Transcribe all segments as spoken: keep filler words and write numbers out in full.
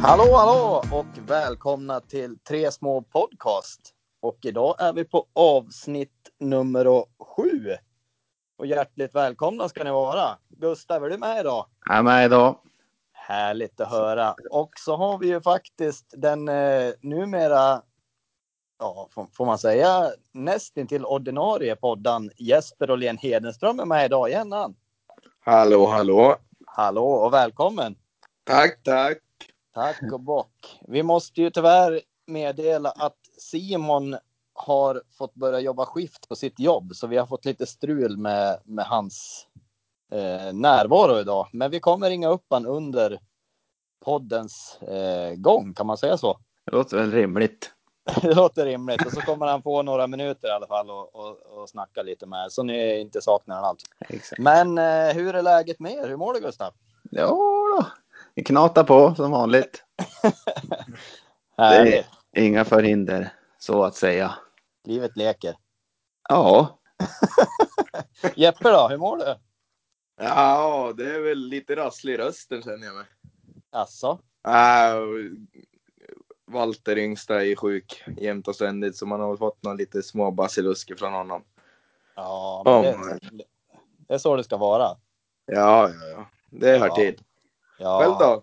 Hallå, hallå och välkomna till Tre små podcast. Och idag är vi på avsnitt nummer sju. Och hjärtligt välkomna ska ni vara. Gustav, är du med idag? Jag är med idag. Härligt att höra. Och så har vi ju faktiskt den eh, numera, ja, får, får man säga, nästintill ordinarie poddan Jesper Åhlén Hedenström är med idag igen. Han. Hallå, hallå. Hallå och välkommen. Tack, tack. Tack och bock. Vi måste ju tyvärr meddela att Simon har fått börja jobba skift på sitt jobb. Så vi har fått lite strul med, med hans eh, närvaro idag. Men vi kommer ringa upp han under poddens eh, gång, kan man säga så? Det låter väl rimligt. Det låter rimligt. Och så kommer han få några minuter i alla fall och, och, och snacka lite med. Så ni inte saknar allt. Exakt. Men eh, hur är läget med er? Hur mår du, Gustav? Ja då. Vi knatar på som vanligt. Det Härligt. är inga förhinder, så att säga. Livet leker. Ja. Jeppe då, hur mår du? Ja, det är väl lite rasslig i rösten känner jag mig. Asså? Äh, Walter yngsta är sjuk jämt och ständigt, så man har fått några lite små basilusker från honom. Ja, men det, Oh, det är så det ska vara. Ja, ja, ja. Det hör Ja. till. Ja. Själv då?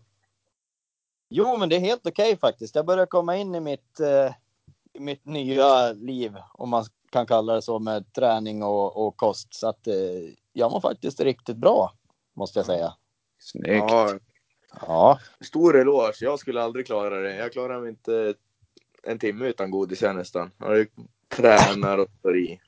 Jo, men det är helt okej faktiskt. Jag börjar komma in i mitt, eh, mitt nya liv, om man kan kalla det så, med träning och, och kost. Så att eh, jag mår faktiskt riktigt bra, måste jag säga. Snyggt. Ja, Ja. stor eloge. Jag skulle aldrig klara det. Jag klarar mig inte en timme utan godis här nästan. Jag tränar och står i.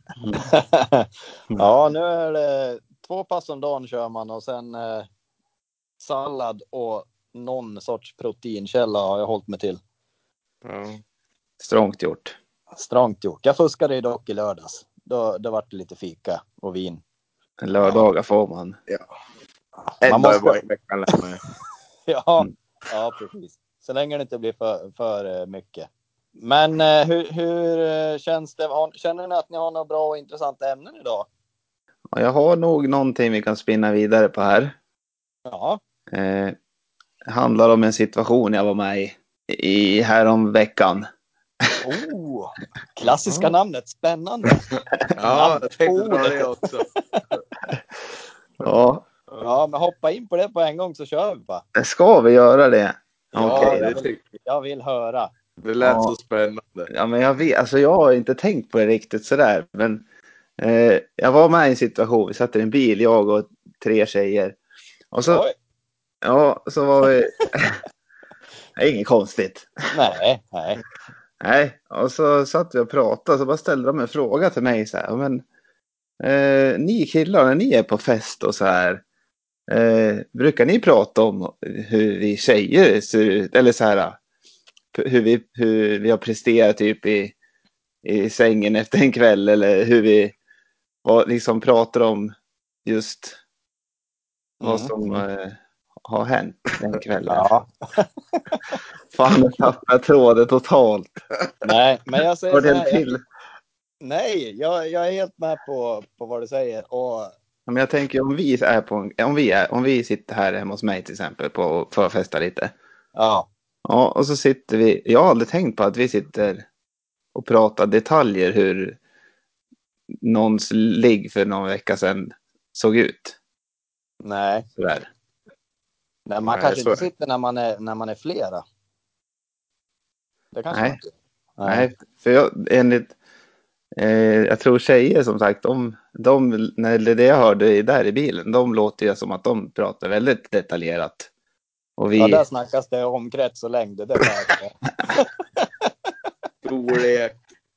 Ja, nu är det två pass om dagen kör man och sen eh, sallad och någon sorts proteinkälla har jag hållit mig till. Ja. Strångt gjort. Strångt gjort. Jag fuskade ju dock i lördags. Då, då var det lite fika och vin. Lördagar får man. Ja. Man En måste... dag var i veckan lär mig. Ja, ja, precis. Så länge det inte blir för, för mycket. Men eh, hur, hur eh, känns det? Har, känner ni att ni har några bra och intressanta ämnen idag? Ja, jag har nog någonting vi kan spinna vidare på här. Ja. Eh, det handlar om en situation jag var med i, i härom veckan. Oh, klassiska namnet. Spännande. Ja, jag tänkte dra Ordet. det också. Ja, Ja, men hoppa in på det på en gång så kör vi bara. ska vi göra det? Ja, Okej. jag, det vill, jag vill höra. Det lät Ja. så spännande. Ja, men jag vet, alltså jag har inte tänkt på det riktigt sådär, men eh, jag var med i en situation, vi satt i en bil, jag och tre tjejer. Och så, Oj. ja, så var vi, det är inget konstigt. Nej, nej. Nej, och så satt vi och pratade, så bara ställde de en fråga till mig så här, men eh, ni killar, när ni är på fest och så här, eh, brukar ni prata om hur vi tjejer ser ut, eller så här, hur vi, hur vi har presterat typ i i sängen efter en kväll, eller hur vi vad, liksom pratar om just vad Mm. som eh, har hänt den kvällen. Ja. Fan, jag tappade tråden totalt. Nej, men jag säger Var så det en här. Jag, till? nej, jag, jag är helt med på, på vad du säger. Och Men jag tänker om vi är på en, om vi är om vi sitter här hemma hos mig till exempel på för att festa lite. ja. Ja, och så sitter vi. Jag har aldrig tänkt på att vi sitter och pratar detaljer hur någons ligg för någon vecka sedan såg ut. Nej. Sådär. Nej, man Nej, kanske så inte är det. sitter när man är, när man är flera. Det kanske Nej. man inte. Nej, för jag, enligt, eh, jag tror tjejer som sagt, de, de, när det jag hörde där i bilen, de låter ju som att de pratar väldigt detaljerat. Och vi, Ja, där snackas det om krets och längd. Det där. Storlek.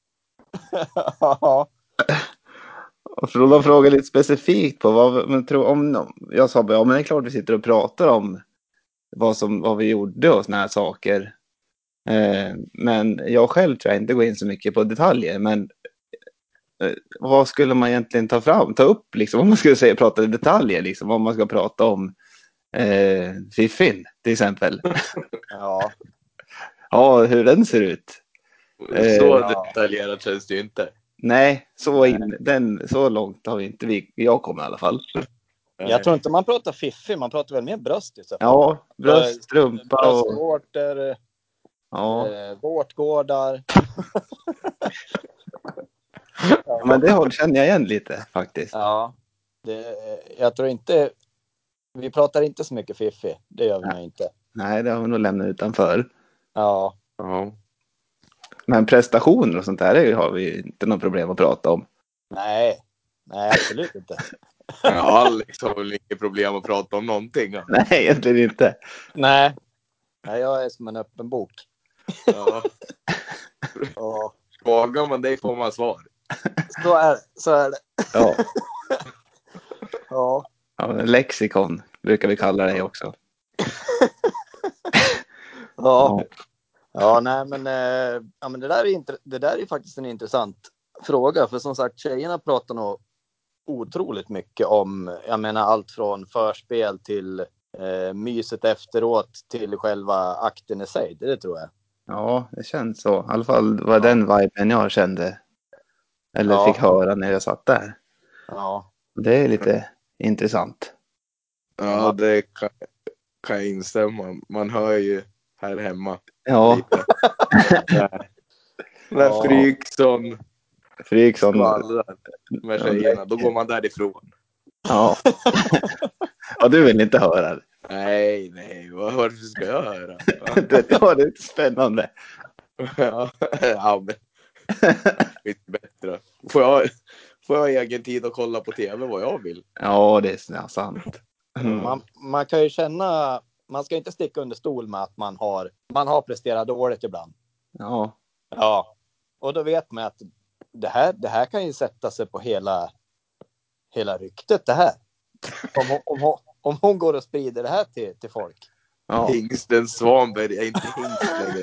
Ja. och för de frågade lite specifikt på vad, men tror, om, jag sa bara, ja men det är klart vi sitter och pratar om vad, som, vad vi gjorde och såna här saker. Eh, men jag själv tror jag inte går in så mycket på detaljer, men eh, vad skulle man egentligen ta fram, ta upp liksom, om man skulle säga prata i detaljer liksom, om man ska prata om eh, Fiffin till exempel. Ja. Ja, hur den ser ut. Så Eh, detaljerat känns det ju inte. nej, så, in, den, så långt har vi inte vi, jag kommer i alla fall. Jag tror inte man pratar fiffi, man pratar väl mer bröst i så fall. Ja, bröst, strumpa och... Bröstvårtor, Ja. eh, vårtgårdar. Ja, men det håll känner jag igen lite faktiskt. Ja, det, jag tror inte... Vi pratar inte så mycket fiffi, det gör vi nog inte. Nej, det har vi nog lämnat utanför. Ja. Ja. Men prestationer och sånt där har vi inte något problem att prata om. Nej, nej absolut inte. Ja, Alex har väl inget problem att prata om någonting. Ja. Nej, egentligen inte. Nej. Nej, jag är som en öppen bok. Ja. Ja. Frågar man dig får man svar. Så är, så är det. Ja. Ja. Ja, lexikon brukar vi kalla det också. Ja. Ja, nej men, eh, ja, men det, där är inte, det där är faktiskt en intressant fråga. För som sagt, tjejerna pratar nog otroligt mycket om, jag menar allt från förspel till eh, myset efteråt till själva akten i sig. Det, det tror jag. Ja, det känns så. I alla fall var den viben jag kände. Eller Ja. fick höra när jag satt där. Ja. Det är lite intressant. Ja, det kan, kan jag instämma. Man hör ju här hemma Ja, lite. När, när Ja. Fryksson Fryksson. skvallrar med tjejerna, då går man därifrån. Ja. Ja, du vill inte höra det. Nej, nej, varför ska jag höra? Det var lite spännande. Ja, ja men lite bättre. Får jag, får jag egen tid att kolla på tv vad jag vill? Ja, det är sant. Mm. Man, man kan ju känna, man ska inte sticka under stol med att man har, man har presterat dåligt ibland. Ja. Ja. Och då vet man att det här, det här kan ju sätta sig på hela, hela ryktet det här. Om, hon- om, hon- om hon går och sprider det här till, till folk. Ja. Hingsten Svanberg är inte hingst längre.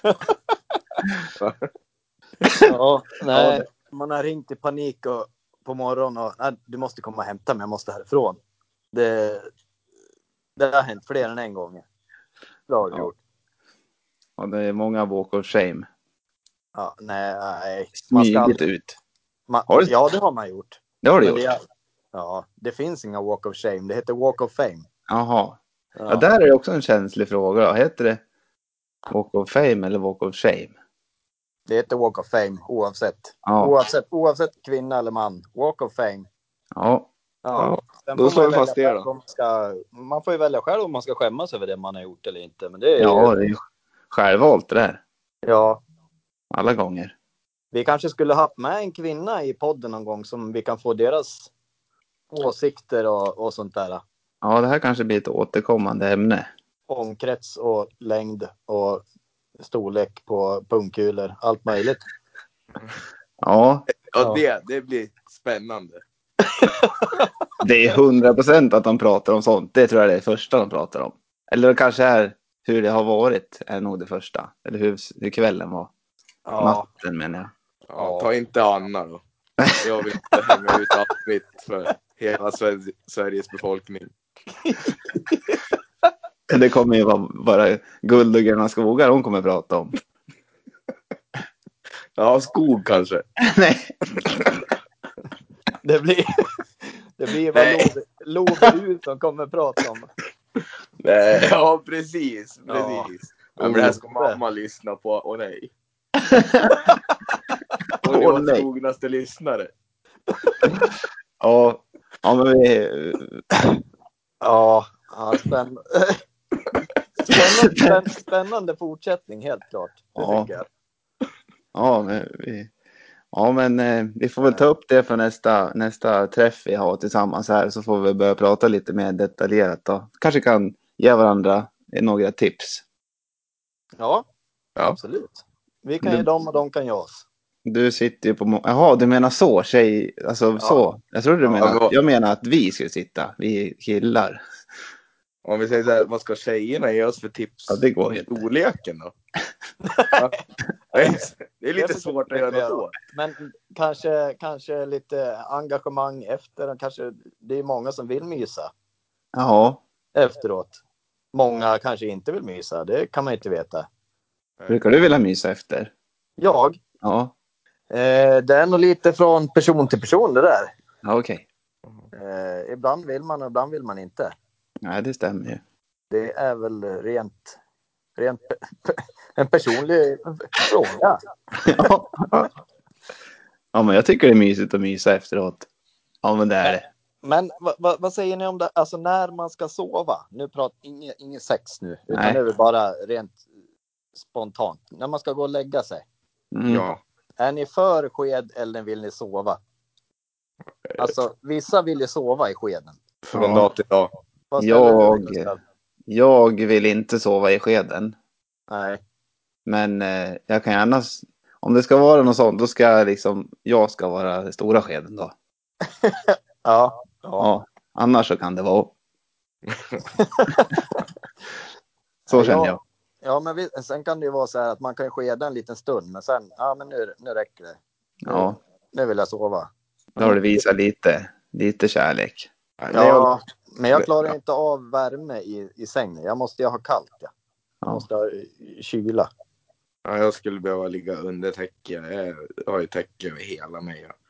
Ja, nej, man har ringt i panik och, på morgonen och nej, du måste komma och hämta mig, jag måste härifrån. Det, det har hänt fler än en gång. Det har det Ja. gjort. Och det är många walk of shame. Ja, nej, nej. Man ska Smygigt aldrig, ut. man, Har du- ja, det har man gjort. Det har du Men gjort. det, ja, det finns inga walk of shame. Det heter walk of fame. Jaha. Ja. Ja. Där är det också en känslig fråga då. Heter det walk of fame eller walk of shame? Det heter walk of fame oavsett. Ja. Oavsett, oavsett kvinna eller man. Walk of fame. Ja. Ja. Sen då får slår man vi välja fast det själv då. om man ska, man får ju välja själv om man ska skämmas över det man har gjort eller inte. Men det är Ja, ju, det är ju självvalt det där. ja. Alla gånger. Vi kanske skulle ha med en kvinna i podden någon gång som vi kan få deras åsikter och, och sånt där. Ja, det här kanske blir ett återkommande ämne. Omkrets och längd och storlek på pungkulor. Allt möjligt. Ja, Ja, det, det blir spännande. det är hundra procent att de pratar om sånt. Det tror jag det är det första de pratar om. Eller det kanske är hur det har varit är nog det första. Eller hur, hur kvällen var. Ja. Natten menar jag. Ja, ta inte Anna då. Jag vill inte hänga ut allt mitt för hela Sver- Sveriges befolkning. Det kommer ju vara bara guld och gröna skogar hon kommer prata om. Ja, skog kanske. Nej. Det blir, det blir vad Nej. Love, Love ut som kommer prata om. Nej, ja, precis. Ja. precis. Ja, men det här ska mamma lyssna på. Åh nej. Hon är Åh, vår nej. trognaste lyssnare. Ja, ja men vi... Ja, ja spänn... spännande, spänn, spännande fortsättning helt klart. Det Ja. tycker jag. Ja, men vi... Ja, men eh, vi får väl ta upp det för nästa, nästa träff vi har tillsammans här. Så får vi börja prata lite mer detaljerat då. Kanske kan ge varandra några tips. Ja, Ja. absolut. Vi kan Du- ge dem och de kan ge oss. Du sitter ju på... må- Jaha, du menar så, tjej... Alltså Ja. så. Jag trodde du Ja, menade... men- Jag menar att vi skulle sitta. Vi killar. Om vi säger så här, vad ska tjejerna ge oss för tips Ja, det går om ju inte. storleken då? Ja. Det är, det är lite Det svårt att försöker göra vi något göra. åt. Men kanske, kanske lite engagemang efter. Kanske, det är många som vill mysa Ja. efteråt. Många kanske inte vill mysa. Det kan man inte veta. Brukar du vilja mysa efter? Jag? Ja. Eh, det är nog lite från person till person det där. Ja, okej. Eh, ibland vill man och ibland vill man inte. Nej, det stämmer ju. Det är väl rent, rent en personlig fråga. Ja. Ja, men jag tycker det är mysigt att mysa efteråt. Ja, men det är det. Men vad, vad, vad säger ni om det? Alltså när man ska sova? Nu pratar inget, inget sex nu. Utan Nej. det är väl bara rent spontant. När man ska gå och lägga sig. Mm. Ja. Är ni för sked eller vill ni sova? Alltså vissa vill ju sova i skeden. Från Ja. dag till dag. Vad ställer du dig, Jag, Gustav? jag vill inte sova i skeden. Nej. Men eh, jag kan gärna, s- om det ska vara något sånt, då ska jag liksom, jag ska vara den stora skeden då. Ja. Ja. Ja, annars så kan det vara. Så Ja, känner jag. Ja, men vi, sen kan det ju vara så här att man kan skeda en liten stund. Men sen, ja men nu, nu räcker det. Nu, Ja, nu vill jag sova. då har du visat lite, lite kärlek. Ja, men jag klarar inte av värme i, i sängen. Jag måste ju ha kallt. Ja. Jag Ja. måste ha kyla. Ja, jag skulle behöva ligga under täcke. Jag har ju täcke över hela mig. Ja.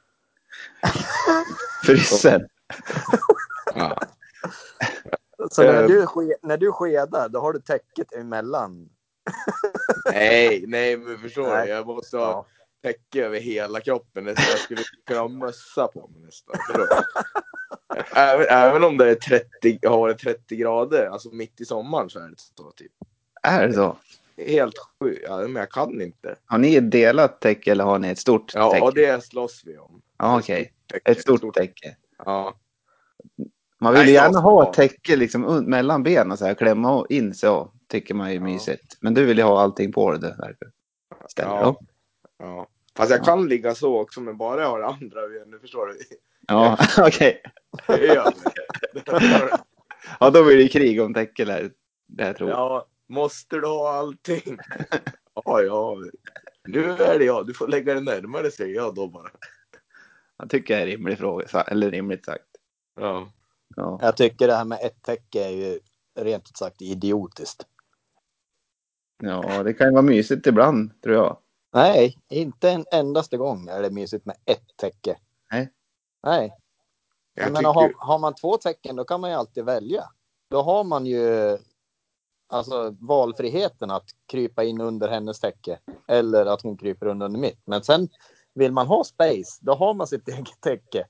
Frysen. Ja. Så när Eh. du, ske, när du skedar, då har du täcket emellan. Nej, nej, men förstår Nej. du? Jag måste ha Ja. täcke över hela kroppen. Nästan. Jag skulle kunna ha mössa på mig nästan. Förstår du? Även, även om det är trettio, har varit trettio grader, alltså mitt i sommaren så är det så typ. Är det så? Helt sjukt. Ja, men jag kan inte. Har ni ett delat täcke eller har ni ett stort Ja, täcke? och det slåss vi om. Ja, Det är okej. täcke. Ett stort täcke. Ja. Man vill Nej, gärna jag- ha ett täcke liksom un- mellan benen så här, klämma in så. Tycker man är Ja. mysigt. Men du vill ju ha allting på det, verkar ställer Ja. upp. Ja. Fast jag Ja. kan ligga så också, men bara jag har det andra nu, förstår du? Ja, okej. Det gör det. Ja, då blir det krig om täcke där. Det här tror jag. Ja, måste du ha allting? Ja, ja. Nu är det jag. Du får lägga det närmare, säger jag då bara. Jag tycker det är en rimlig fråga. sa- Eller rimligt sagt. Ja. Ja. Jag tycker det här med ett täcke är ju rent ut sagt idiotiskt. Ja, det kan ju vara mysigt ibland, tror jag. Nej, inte en endaste gång är det mysigt med ett täcke. Nej. Nej. Jag Jag menar, tycker... har, har man två täcken då kan man ju alltid välja. Då har man ju alltså valfriheten att krypa in under hennes täcke. Eller att hon kryper under mitt. Men sen vill man ha space, då har man sitt eget täcke.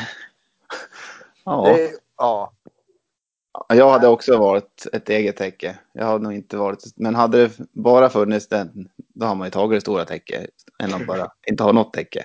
Ja. Det, ja. Jag hade också varit ett eget täcke. Jag hade nog inte varit... Men hade det bara funnits den, då har man ju tagit det stora täcke. Än att bara inte ha något täcke.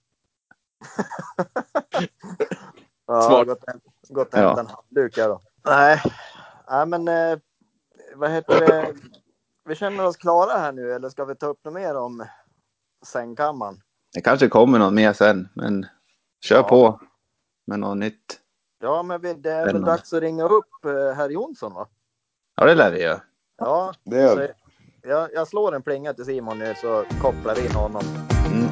Ja, Smart. gott, gott Ja. hämta en handduk här då. Nej, Nej men eh, vad heter det? Vi känner oss klara här nu, eller ska vi ta upp något mer om sängkammaren? Det kanske kommer någon mer sen, men kör Ja. på med något nytt. Ja, men vi- det är väl Spännande. dags att ringa upp eh, herr Jonsson, va? Ja, det lär vi göra. Ja, Det gör så vi. jag, jag slår en plinga till Simon nu så kopplar vi in honom. Mm.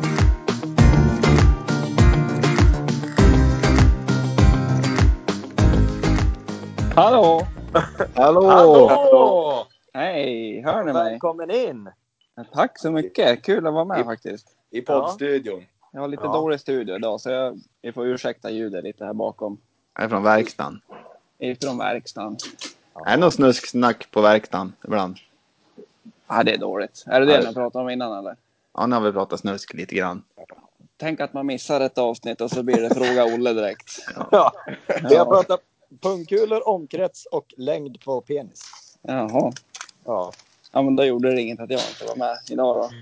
Hallå! Hallå! Hallå! Hej, hör ni mig? Välkommen in! Tack så mycket, kul att vara med I- faktiskt. I poddstudion. Jag har lite Ja. dålig studio idag så jag, jag får ursäkta ljudet lite här bakom. Jag är från verkstaden. Ifrån verkstaden. Är det något snusksnack på verkstaden ibland? Ja, det är dåligt. Är det det Ja. ni pratade om innan eller? Ja, nu har vi pratat snusk lite grann. Tänk att man missar ett avsnitt och så blir det fråga Olle direkt. Ja, vi har Ja. pratat pungkulor, omkrets och längd på penis. Jaha. Ja. Ja, men då gjorde det inget att jag inte var med idag då.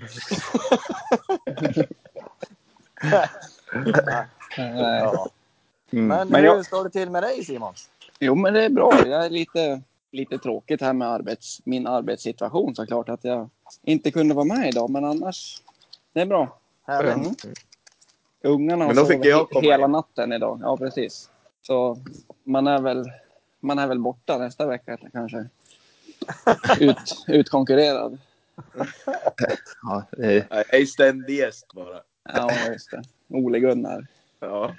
Nej. Ja. Mm. Men, Men hur jag- står det till med dig, Simon? Jo, men det är bra. Jag är lite, lite tråkigt här med arbets, min arbetssituation såklart. Att jag inte kunde vara med idag, men annars, det är bra. Härligt. Mm. Ungarna har Men då fick sovit jag he- komma hela in. natten idag. Ja, precis. Så man är väl, man är väl borta nästa vecka eller kanske. Ut, utkonkurrerad. Ja, det är... Jag är ständig gäst bara. Ja, just det. Ole Gunnar. Ja.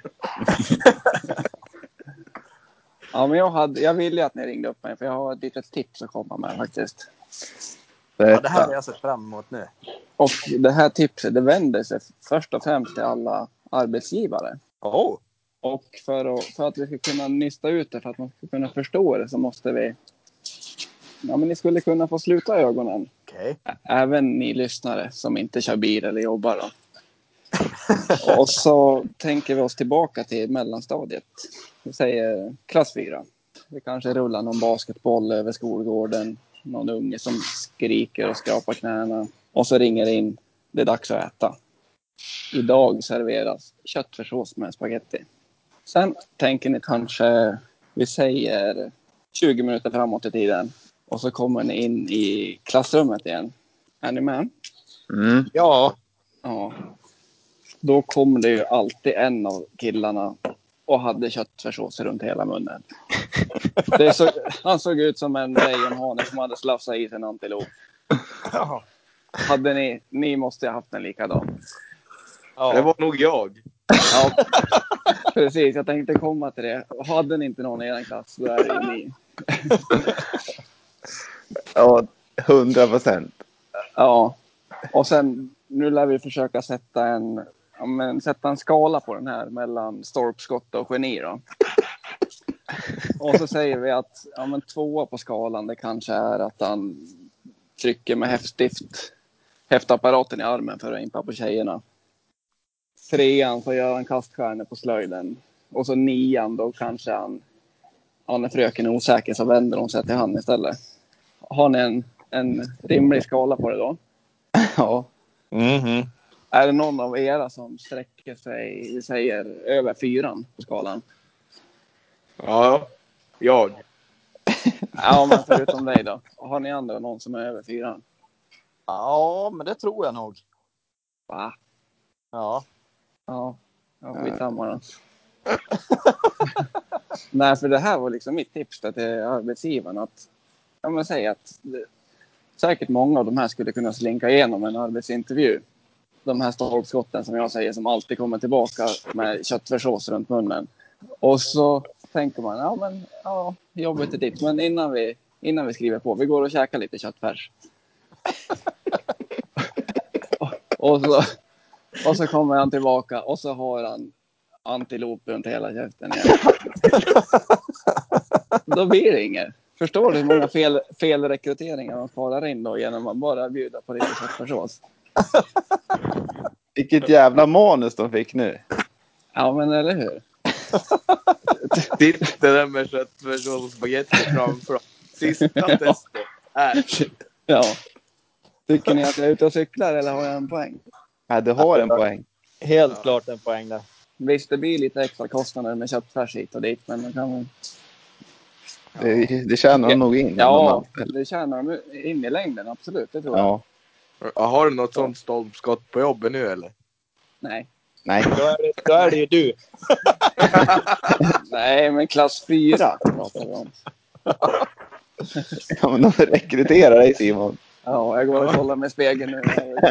Ja, men jag, hade, jag ville att ni ringde upp mig för jag har ett litet tips att komma med faktiskt. Ja, det här har Berätta. jag sett fram emot nu. Och det här tipset, det vänder sig först och främst till alla arbetsgivare. Oh. Och för att, för att vi ska kunna nysta ut det, för att man ska kunna förstå det, så måste vi... Ja, men ni skulle kunna få sluta ögonen. Okej. Även ni lyssnare som inte kör bil eller jobbar då. Och så tänker vi oss tillbaka till mellanstadiet. Vi säger klass fyra. Vi kanske rullar någon basketboll över skolgården. Någon unge som skriker och skrapar knäna. Och så ringer det in. Det är dags att äta. Idag serveras köttfärssås med spaghetti. Sen tänker ni kanske, vi säger tjugo minuter framåt i tiden. Och så kommer ni in i klassrummet igen. Är ni med? Mm. Ja. Ja. Då kom det ju alltid en av killarna och hade köttfärssås runt hela munnen. Det så, han såg ut som en lejonhane som hade slafsat i sig en antilop. Ja. Hade ni, ni måste ha haft en likadan. Ja. Det var nog jag. Ja, precis. Jag tänkte komma till det. Hade ni inte någon i er klass, då är det ni. Ja, hundra procent. Ja, och sen nu lär vi försöka sätta en, ja, men, sätta en skala på den här mellan stolpskott och geni då. Och så säger vi att ja, men, tvåa på skalan, det kanske är att han trycker med häftstift, häftapparaten i armen för att impa på tjejerna. Trean så gör han kaststjärnor på slöjden. Och så nian, då kanske han, han är fröken osäker, så vänder hon sig till han istället. Har ni en, en rimlig skala på det då? Ja. Mhm. Är det någon av era som sträcker sig, vi säger, över fyran på skalan? Ja, jag. Ja, men förutom dig då. Har ni andra någon som är över fyran? Ja, men det tror jag nog. Va? Ja. Ja, ja skitsamma då. Nej, för det här var liksom mitt tips till arbetsgivaren. Att, ja, men säg att det, säkert många av de här skulle kunna slinka igenom en arbetsintervju. De här stolpskotten som jag säger, som alltid kommer tillbaka med köttfärssås runt munnen. Och så tänker man, ja men ja, jobbet är ditt. Men innan vi, innan vi skriver på, vi går och käkar lite köttfärs. och, och, så, och så kommer han tillbaka och så har han antilop runt hela käften igen. Då blir det inget. Förstår du hur många fel, felrekryteringar man sparar in då genom att bara bjuda på lite köttfärssås? Vilket jävla manus de fick nu. Ja, men eller hur? Sitter där med köttfärssås och spagetti framför. Sista testet. Här. Ja. Tycker ni att jag är ute och cyklar eller har jag en poäng? Ja, du har en poäng. Helt Ja. klart en poäng där. Visst, det blir lite extra kostnader med köttfärs hit och dit, men det kan man... Det, det tjänar de nog in. Ja, det tjänar de in i längden, absolut, det tror jag. Ja. Har du något sånt stolpskott på jobbet nu eller? Nej. Nej. Då är det, då är det ju du. Nej, men klass fyra pratar vi om. Ja, men de rekryterar dig, Simon. Ja, jag går och kollar med spegeln nu.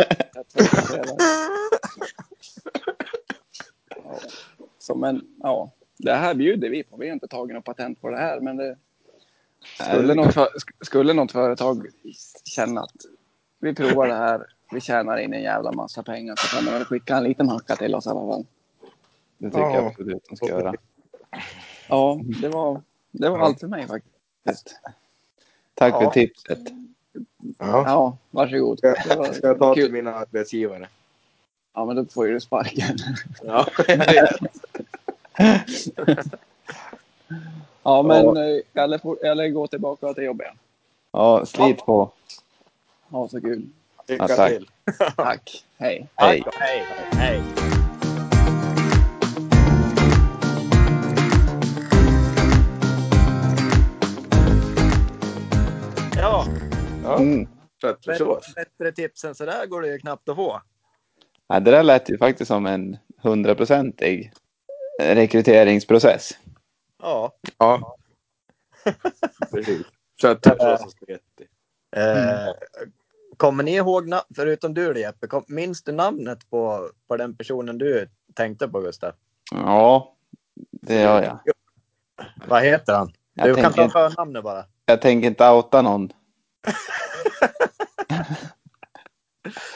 Ja. Så, men ja, det här bjuder vi på. Vi har inte tagit något patent på det här, men det... Skulle något, för, skulle något företag känna att vi provar det här, vi tjänar in en jävla massa pengar, så kan man skicka en liten hacka till oss i alla fall. Det tycker Ja. jag absolut de ska göra. Ja, det var, det var allt för mig faktiskt. Tack Ja. för tipset. Ja. Ja, varsågod. Ska, Det var ska jag ta till kul. mina arbetsgivare? Ja, men då får ju sparken. Ja. Ja, men ja. Eller, eller gå tillbaka till jobbet. Ja, slit på. Ja, så kul. Lycka Ja, tack. till. Tack. Hej. Hej. Hej. Hej. Ja, Mm. Köttfärssås. bättre tips än så där går det ju knappt att få. Ja, det där lät ju faktiskt som en hundraprocentig rekryteringsprocess. Ja. Ja. Precis. Köttfärssås och spagetti. Eh, kommer ni ihåg, na- förutom du då, Jeppe, kom, minns du namnet på, på den personen du tänkte på, Gustav? Ja, det gör jag. Vad heter han? Jag Du kan tänker- ta förnamnet bara. Jag tänker inte outa någon.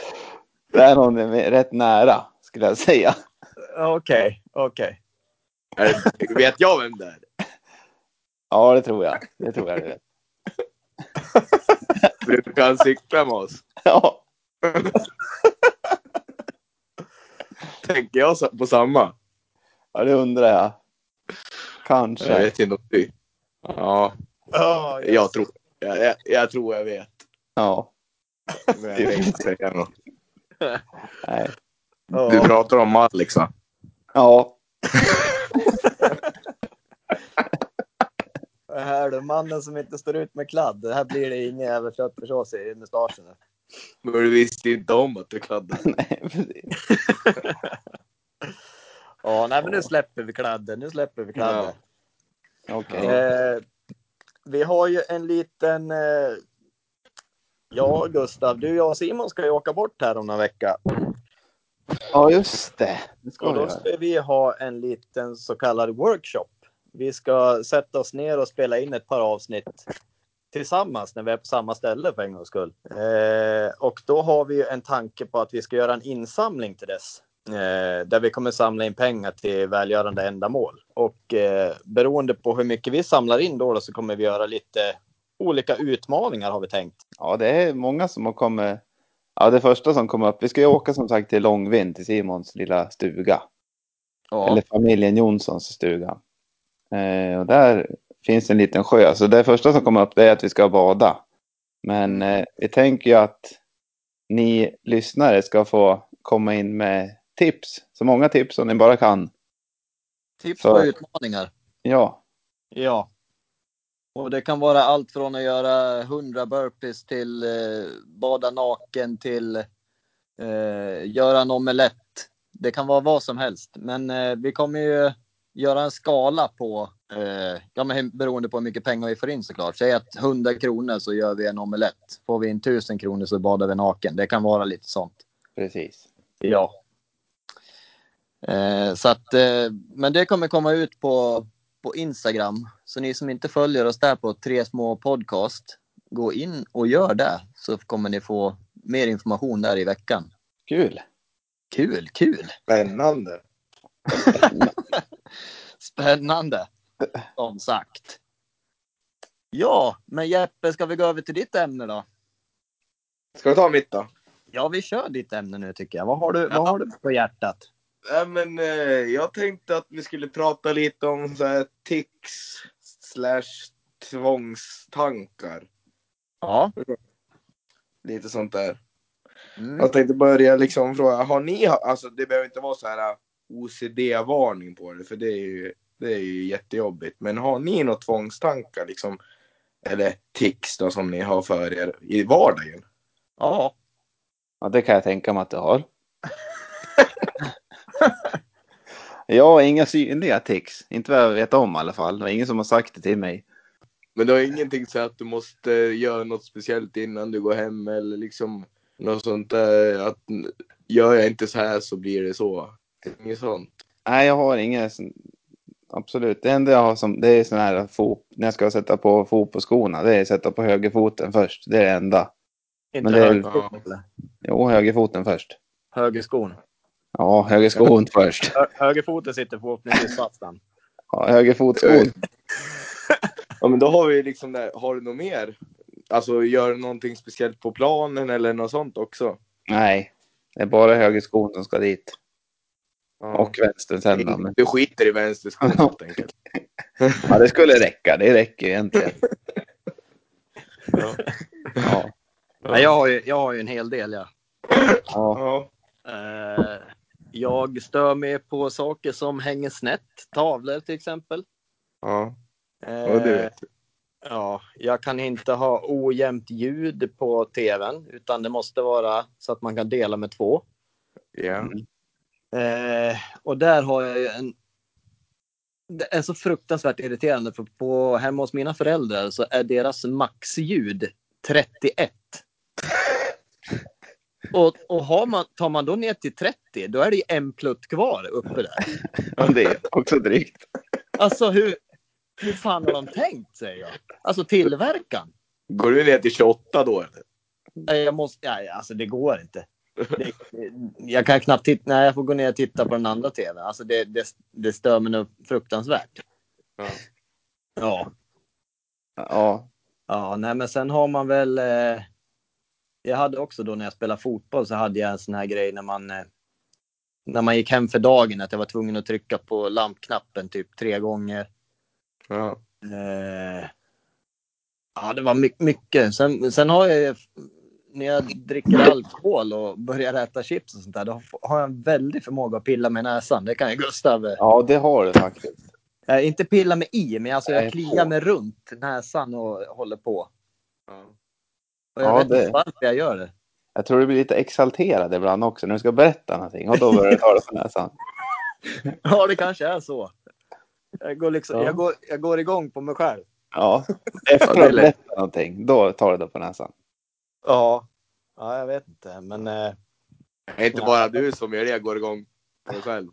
Det är någon rätt nära, skulle jag säga. Okej, okej. Är, vet jag vem det är? Ja, det tror jag. Det tror jag du vet. Brukar han cykla med oss? Ja. Tänker jag på samma? Ja, det undrar jag. Kanske. Jag vet inte om du. Ja, Oh, yes. jag tror jag, jag, jag tror jag vet. Ja. Men jag tänkte säga något. Nej. Du pratar om Alex, va? Ja. Det här är mannen som inte står ut med kladd. Det här blir det ingen jävla köttfärssås i mustaschen. Men du visste inte om att du kladdade. Nej, precis. Ja, nej, men nu släpper vi kladden. Nu släpper vi kladden. Ja. Okej. Eh, vi har ju en liten... Eh, ja, Gustav, du, jag och Simon ska ju åka bort här om några vecka. Ja, just det. Det ska Och då jag. ska vi ha en liten så kallad workshop. Vi ska sätta oss ner och spela in ett par avsnitt tillsammans när vi är på samma ställe för en gångs skull. Eh, och då har vi ju en tanke på att vi ska göra en insamling till dess. Eh, där vi kommer samla in pengar till välgörande ändamål. Och eh, beroende på hur mycket vi samlar in då, då så kommer vi göra lite olika utmaningar har vi tänkt. Ja, det är många som har kommit. Ja, det första som kom upp. Vi ska ju åka som sagt till Långvind, till Simons lilla stuga. Ja. Eller familjen Jonssons stuga. Eh, och där finns en liten sjö. Så det första som kommer upp det är att vi ska bada. Men eh, vi tänker ju att ni lyssnare ska få komma in med tips. Så många tips som ni bara kan. Tips För- på utmaningar. Ja, Ja. Och det kan vara allt från att göra hundra burpees till eh, bada naken till eh, göra en omelett. Det kan vara vad som helst. Men eh, vi kommer ju göra en skala på, eh, ja, men beroende på hur mycket pengar vi får in såklart. Säg att hundra kronor så gör vi en omelett. Får vi in tusen kronor så badar vi naken. Det kan vara lite sånt. precis. Ja. Eh, så att, eh, men det kommer komma ut på, på Instagram. Så ni som inte följer oss där på Tre Små Podcast, gå in och gör det. Så kommer ni få mer information där i veckan. Kul. Kul, kul. Spännande. Spännande. Som sagt. Ja, men Jeppe, ska vi gå över till ditt ämne då? Ska vi ta mitt då? Ja, vi kör ditt ämne nu tycker jag. Vad har du, vad har du på hjärtat? Nej, men eh, jag tänkte att vi skulle prata lite om så här tics slash tvångstankar. Ja. Lite sånt där. Mm. Jag tänkte börja liksom fråga, har ni, alltså det behöver inte vara så här O C D-varning på det, för det är ju, det är ju jättejobbigt. Men har ni något tvångstankar liksom, eller tics då som ni har för er i vardagen? Ja. Ja, det kan jag tänka mig att du har. Jag har inga synliga tics. Inte vad jag vet om i alla fall. Det var ingen som har sagt det till mig. Men du har ingenting så att du måste göra något speciellt innan du går hem eller liksom något sånt där, att gör jag inte så här så blir det så. Inget sånt. Nej, jag har inga. Absolut. Det enda jag har som, det är sån här fot, när jag ska sätta på fotbollsskorna. Det är att sätta på högerfoten först. Det är det enda. Inte Men det är- högerskon, eller? Jo, högerfoten först. Högerskon. Ja, högerskon först. Hö- högerfoten sitter förhoppningsvis fast den. Ja, högerfotskon. Ja, men då har vi liksom där, har du något mer? Alltså gör du någonting speciellt på planen eller något sånt också? Nej, det är bara högerskon som ska dit. Ja. Och vänstern sen då. Men... Du skiter i vänsterskon helt enkelt. Ja, det skulle räcka. Det räcker egentligen. Ja. Ja. Nej, jag, har ju, jag har ju en hel del, ja. Ja. Ja. Eh, jag stör mig på saker som hänger snett. Tavlor till exempel. Ja. Eh, Ja, du vet. Ja, jag kan inte ha ojämnt ljud på tvn. Utan det måste vara så att man kan dela med två. Ja. Eh, och där har jag ju en... Det är så fruktansvärt irriterande. För på, hemma hos mina föräldrar så är deras maxljud trettioett. Och, och har man, tar man då ner till trettio, då är det ju en plutt kvar uppe där. Ja, det är också drygt. Alltså hur, hur fan har de tänkt, säger jag. Alltså tillverkan. Går du ner till tjugoåtta då eller? Nej, jag måste, nej, alltså det går inte. Det, jag kan knappt titta. Nej, jag får gå ner och titta på den andra tvn. Alltså det, det, det stör mig nog fruktansvärt. Ja. Ja. Ja. Ja, nej men sen har man väl... Eh, jag hade också då när jag spelade fotboll så hade jag en sån här grej när man... Eh, när man gick hem för dagen att jag var tvungen att trycka på lampknappen typ tre gånger. Ja. Eh, ja, det var my- mycket. Sen, sen har jag... När jag dricker alkohol och börjar äta chips och sånt där, då har jag en väldig förmåga att pilla med näsan. Det kan ju Gustav... Ja, det har du faktiskt. Eh, inte pilla med i, men alltså jag Nej, kliar på. mig runt näsan och håller på. Ja. Och jag Ja, vet det- inte varför jag gör det. Jag tror du blir lite exalterad ibland också när du ska berätta någonting. Och då börjar du ta det på näsan. Ja, det kanske är så. Jag går, liksom, Ja. jag går, jag går igång på mig själv. Ja, efter Ja, att det är du lätt. berättat någonting, då tar du det på näsan. Ja. Ja, jag vet inte, men... Eh, Det är inte Ja. bara du som gör det, går igång på dig själv.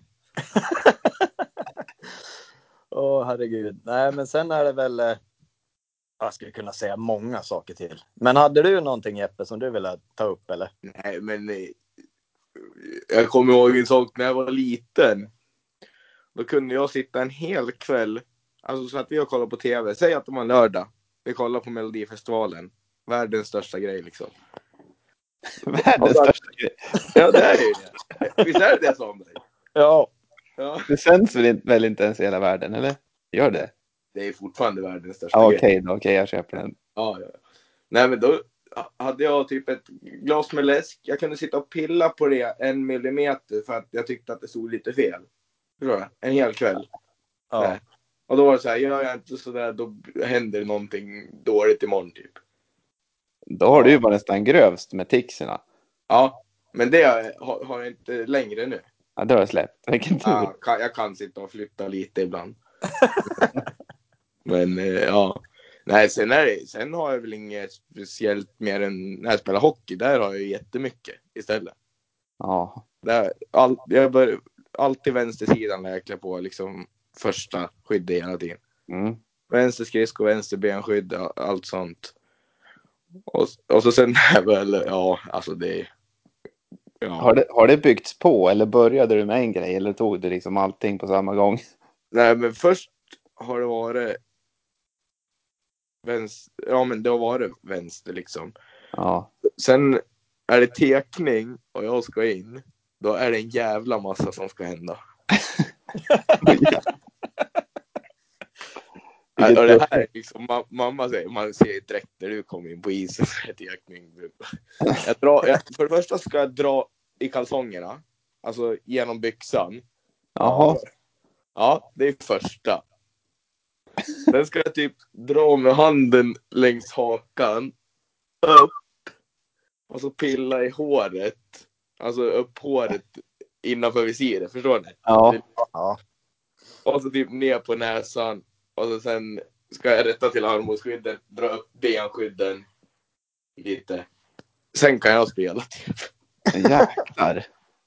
Åh, herregud. Nej, men sen är det väl... Eh, jag skulle kunna säga många saker till. Men hade du någonting, Jeppe, som du ville ta upp, eller? Nej, men eh, jag kommer ihåg en sak när jag var liten. Då kunde jag sitta en hel kväll. Alltså så att vi har kollat på tv. Säg att det var en lördag. Vi kollar på Melodifestivalen. Världens största grej liksom. Världens Ja, största grej. Ja, det är ju det. Visst är det det som dig? Ja. Ja. Det sänds väl inte, väl inte ens i hela världen, eller? Gör det? Det är fortfarande världens största Ja, grej. okej då. Okej, jag köper den. Ja, ja. Nej, men då hade jag typ ett glas med läsk. Jag kunde sitta och pilla på det en millimeter för att jag tyckte att det stod lite fel. Förstår du? En hel kväll. Ja. Nej. Och då var det så här, gör jag inte sådär, då händer någonting dåligt imorgon typ. Då har du ju bara nästan grövst med ticserna. Ja, men det har, har jag inte längre nu. Ja, det har jag släppt. Vilken tur. Ja, kan, jag kan sitta och flytta lite ibland. Men eh, ja. Nej, sen, är det, sen har jag väl inget speciellt mer än när jag spelar hockey. Där har jag ju jättemycket istället. Ja. Där, all, jag bör, alltid vänstersidan när jag klär på liksom första skyddet hela tiden. Mm. Vänster skridsko, vänster benskydd, allt sånt. Och, och så sen är väl, ja, alltså det... Ja. Har, det, har det byggts på eller började du med en grej eller tog du liksom allting på samma gång? Nej, men först har det varit vänster, ja men det har varit vänster liksom. Ja. Sen är det tekning och jag ska in, då är det en jävla massa som ska hända. Vilket Och det här är liksom, ma- mamma säger, man ser direkt när du kommer in på isen så är det tekning. Jag drar, jag, för det första ska jag dra i kalsongerna, alltså genom byxan. Jaha. Ja, det är första. Sen ska jag typ dra med handen längs hakan upp och så pilla i håret, alltså upp håret innanför visiret, förstår ni? Ja. Ja. Och så typ ner på näsan och så sen ska jag rätta till armbågsskydden, dra upp benskydden lite. Sen kan jag spela typ. Jäklar.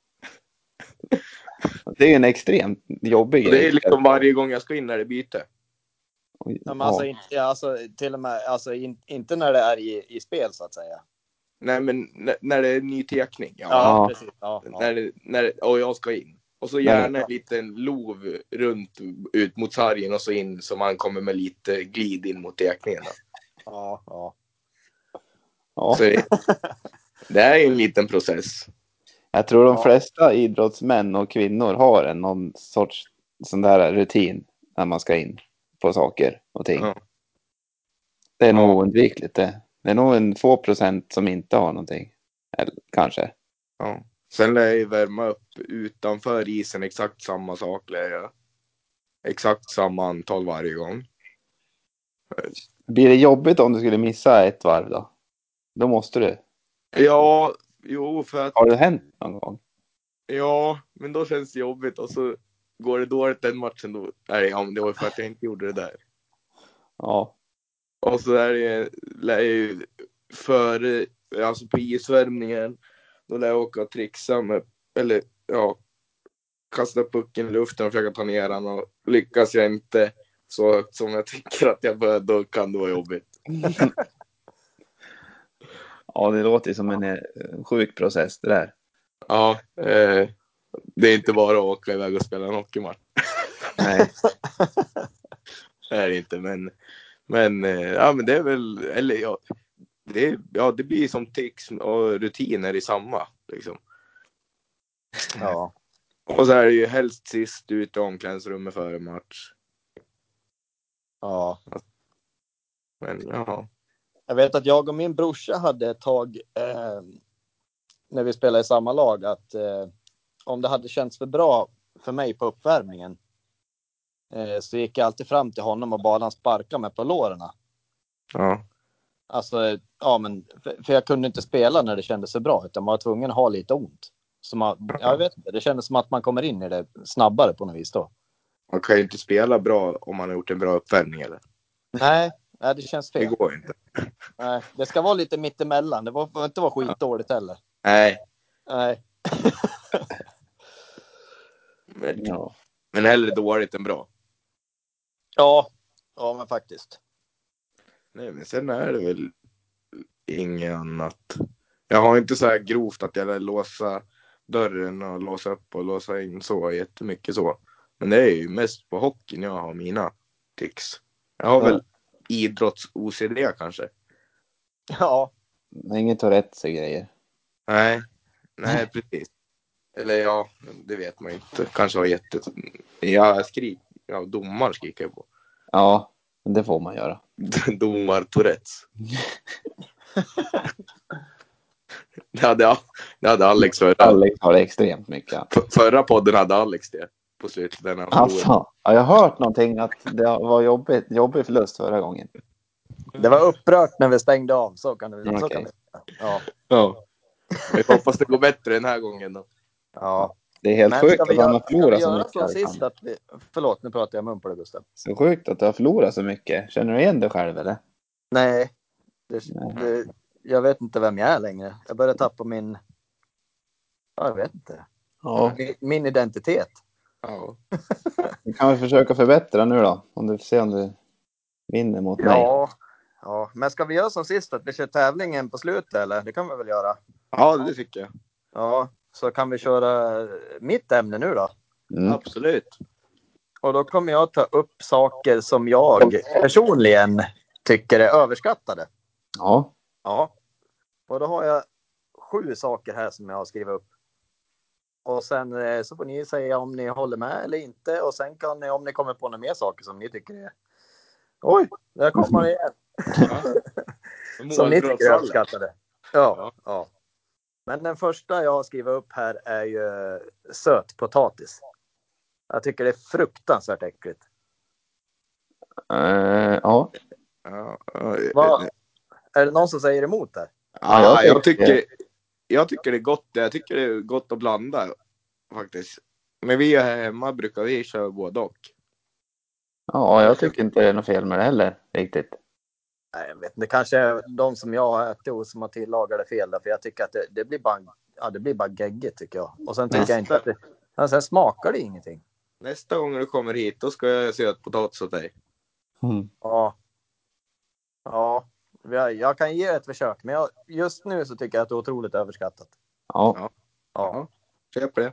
Det är ju en extremt jobbig Och grej. det är liksom varje gång jag ska in när det byter. Oj, Ja, men ja. alltså, inte, ja, alltså, till och med, alltså, in, inte när det är i, i spel så att säga. Nej, men n- när det är ny tekning. Ja. Ja, Ja. precis. Ja, ja. När, det, när det, och jag ska in. Och så gärna en liten lov runt ut mot sargen och så in så man kommer med lite glid in mot tekningen. Då. Ja, ja. Ja. Så det, det är ju en liten process. Jag tror de Ja. flesta idrottsmän och kvinnor har en någon sorts sån där rutin när man ska in på saker och ting. Ja. Det är nog Ja. oundvikligt det. Det är nog en få procent som inte har någonting. Eller kanske. Ja. Sen lär jag ju värma upp utanför isen exakt samma sak. Lär jag. Exakt samma antal varje gång. Blir det jobbigt om du skulle missa ett varv då? Då måste du. Ja, jo för att Har det hänt någon gång? ja, men då känns det jobbigt och så går det dåligt den matchen då. Nej, ja, men det var för att jag inte gjorde det där. Ja. Och så är det lär jag ju före, alltså på isvärmningen, då lär jag åka och trixa med, eller ja, kasta upp pucken i luften och försöka ta ner den, och lyckas jag inte så högt som jag tycker att jag bör, då kan det vara jobbigt. Ja, det låter som en eh, sjuk process det där. Ja, eh, det är inte bara att åka iväg och spela en hockeymatch. Nej. Det är det inte, men, men, eh, ja, men det är väl, eller ja, det, ja, det blir som tics och rutiner i samma, liksom. Ja. Och så är det ju helst sist ut i omklädningsrummet före match. Ja. Men ja. Jag vet att jag och min brorsa hade ett tag eh, när vi spelade i samma lag att eh, om det hade känts för bra för mig på uppvärmningen eh, så gick jag alltid fram till honom och bad han sparka mig på lårarna. Ja. Alltså, ja men, för, för jag kunde inte spela när det kändes så bra utan man var tvungen att ha lite ont. Så man, jag vet inte, det kändes som att man kommer in i det snabbare på något vis då. Man kan ju inte spela bra om man har gjort en bra uppvärmning, eller? Nej, nej det känns fel. Det går inte. Nej, det ska vara lite mittemellan. Det får inte vara skitdåligt heller. Nej. Nej. Men, Ja. men hellre dåligt än bra. Ja, ja men faktiskt. Nej, men sen är det väl inget annat. Jag har inte så här grovt att jag vill låsa dörren och låsa upp och låsa in så jättemycket så. Men det är ju mest på hockeyn jag har mina tics. Jag har väl idrotts-O C D kanske. Ja. Inget Tourettes och grejer. Nej, nej precis. Eller ja, det vet man inte. Kanske har jätte... Jag skriker, ja, domar skriker jag på. Ja, det får man göra. Domar Tourettes. Det hade, det hade Alex förra. Alex har det extremt mycket. Förra podden hade Alex det på slutet. Den Alltså, ja, jag har hört någonting att det var jobbigt, jobbig förlust förra gången. Det var upprört när vi stängde av. Så kan det, Okay. så kan det. Ja. Ja. Jag hoppas det går bättre den här gången då. Ja. Det är helt Men sjukt ska vi att han göra, har förlorat ska så vi göra mycket. som sist att vi, förlåt, nu pratar jag mun på dig, Gustav. Så sjukt att du har förlorat så mycket. Känner du igen dig själv eller? Nej, det, Nej. det, jag vet inte vem jag är längre. Jag börjar tappa min, ja, jag vet inte, Ja. min, min identitet. Ja. Vi kan väl försöka förbättra nu då. Om du får se om du vinner mot mig. Ja, ja, men ska vi göra som sist att vi kör tävlingen på slutet eller? Det kan vi väl göra. Ja, det tycker jag. Ja, så kan vi köra mitt ämne nu då. Mm. Absolut. Och då kommer jag ta upp saker som jag personligen tycker är överskattade. Ja. Ja. Och då har jag sju saker här som jag har skrivit upp. Och sen eh, så får ni säga om ni håller med eller inte. Och sen kan ni, om ni kommer på några mer saker som ni tycker är... Oj, där kommer det igen. Ja. Som ni tycker är Målbrottsalla. överskattade. Ja, ja. Men den första jag har skrivit upp här är ju sötpotatis. Jag tycker det är fruktansvärt äckligt. Uh, ja. Ja, ja. Vad, är det någon som säger emot där? Ja, jag tycker jag tycker det är gott. Jag tycker det är gott att blanda faktiskt. Men vi är hemma brukar vi köra både och. Ja, jag tycker inte det är något fel med det heller riktigt. Nej, jag vet inte. Kanske är de som jag har ätit och som har tillagat det fel. Där, för jag tycker att det, det blir bara, ja, det blir bara geggigt tycker jag. Och sen tycker Nästa. jag inte att det, ja, sen smakar det ingenting. Nästa gång du kommer hit då ska jag se ett potatis åt dig. Mm. Ja. Ja. Jag, jag kan ge ett försök. Men jag, just nu så tycker jag att det är otroligt överskattat. Ja. Ja. Ja. Köp det.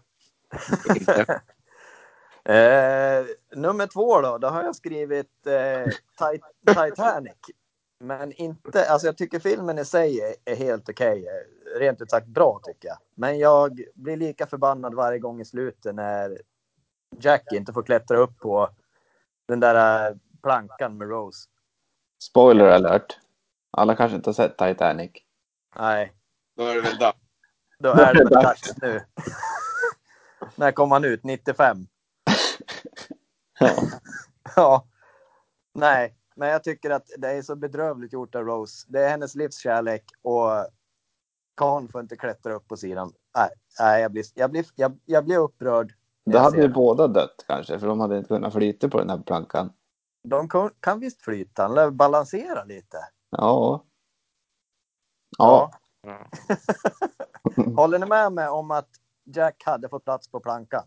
eh, nummer två då. Då har jag skrivit eh, tit- Titanic. Men inte, alltså jag tycker filmen i sig är, är helt okej. Okay. Rent ut sagt bra tycker jag. Men jag blir lika förbannad varje gång i slutet när Jack inte får klättra upp på den där plankan med Rose. Spoiler alert. Alla kanske inte har sett Titanic. Nej. Då är det väl dags. Då är det väl dags nu. När kom han ut? nittiofem? Ja. Ja. Nej. Men jag tycker att det är så bedrövligt gjort av Rose. Det är hennes livskärlek och Khan får inte klättra upp på sidan. Nej, nej jag, blir, jag, blir, jag, jag blir upprörd. Då hade ju båda dött kanske, för de hade inte kunnat flyta på den här plankan. De kan, kan visst flyta, eller balansera lite. Ja. Ja. Ja. Håller ni med mig om att Jack hade fått plats på plankan?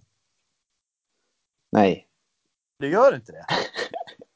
Nej. Du gör inte det?